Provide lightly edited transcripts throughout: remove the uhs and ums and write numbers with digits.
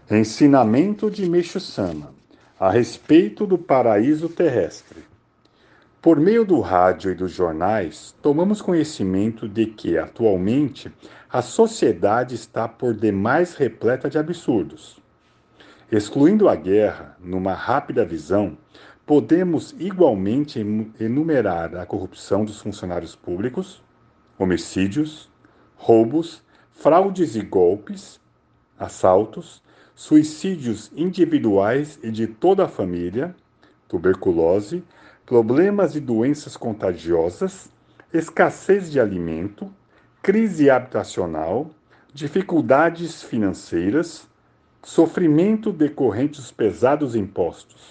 Ensinamento de Meixo Sama a respeito do paraíso terrestre. Por meio do rádio e dos jornais, tomamos conhecimento de que, atualmente, a sociedade está por demais repleta de absurdos. Excluindo a guerra, numa rápida visão, podemos igualmente enumerar a corrupção dos funcionários públicos, homicídios, roubos, fraudes e golpes, assaltos, suicídios individuais e de toda a família, tuberculose, problemas e doenças contagiosas, escassez de alimento, crise habitacional, dificuldades financeiras, sofrimento decorrente dos pesados impostos.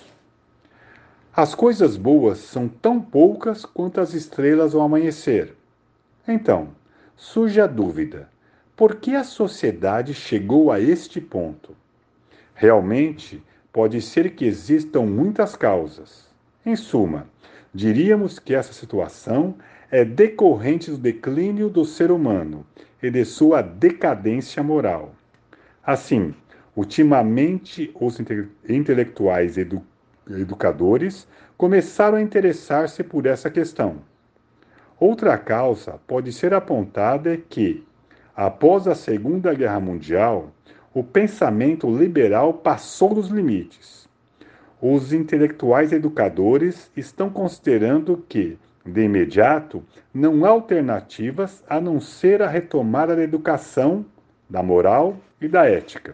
As coisas boas são tão poucas quanto as estrelas ao amanhecer. Então, surge a dúvida: por que a sociedade chegou a este ponto? Realmente, pode ser que existam muitas causas. Em suma, diríamos que essa situação é decorrente do declínio do ser humano e de sua decadência moral. Assim, ultimamente, os intelectuais e educadores começaram a interessar-se por essa questão. Outra causa pode ser apontada que, após a Segunda Guerra Mundial, o pensamento liberal passou dos limites. Os intelectuais educadores estão considerando que, de imediato, não há alternativas a não ser a retomada da educação, da moral e da ética.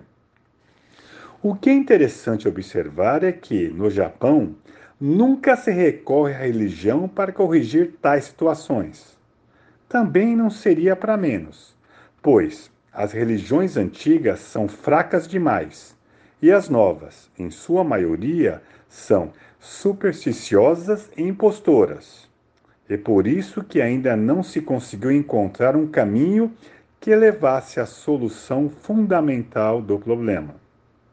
O que é interessante observar é que, no Japão, nunca se recorre à religião para corrigir tais situações. Também não seria para menos, pois as religiões antigas são fracas demais e as novas, em sua maioria, são supersticiosas e impostoras. É por isso que ainda não se conseguiu encontrar um caminho que levasse à solução fundamental do problema.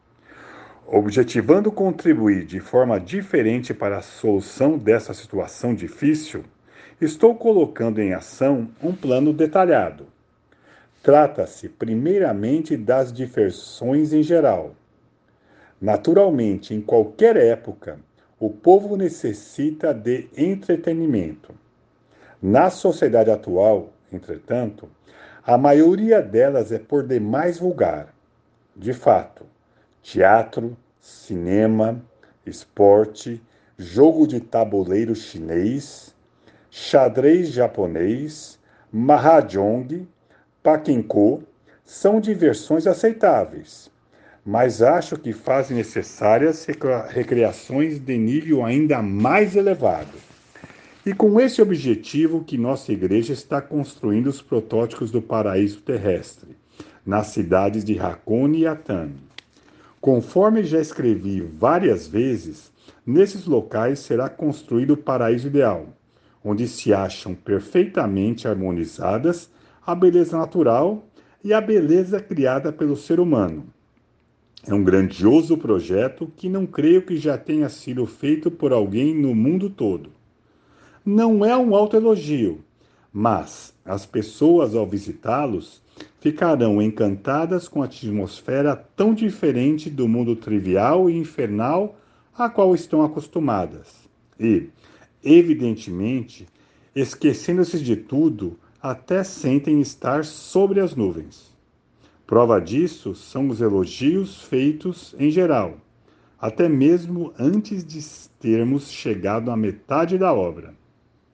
Objetivando contribuir de forma diferente para a solução dessa situação difícil, estou colocando em ação um plano detalhado. Trata-se, primeiramente, das diversões em geral. Naturalmente, em qualquer época, o povo necessita de entretenimento. Na sociedade atual, entretanto, a maioria delas é por demais vulgar. De fato, teatro, cinema, esporte, jogo de tabuleiro chinês, xadrez japonês, mahjong, pachinko são diversões aceitáveis, mas acho que fazem necessárias recreações de nível ainda mais elevado. E com esse objetivo que nossa igreja está construindo os protótipos do paraíso terrestre, nas cidades de Hakone e Atami. Conforme já escrevi várias vezes, nesses locais será construído o paraíso ideal, onde se acham perfeitamente harmonizadas a beleza natural e a beleza criada pelo ser humano. É um grandioso projeto que não creio que já tenha sido feito por alguém no mundo todo. Não é um autoelogio, mas as pessoas, ao visitá-los, ficarão encantadas com a atmosfera tão diferente do mundo trivial e infernal a qual estão acostumadas. E, evidentemente, esquecendo-se de tudo, até sentem estar sobre as nuvens. Prova disso são os elogios feitos em geral, até mesmo antes de termos chegado à metade da obra.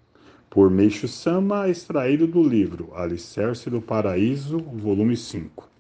Por Meixo Sama, extraído do livro Alicerce do Paraíso, volume 5.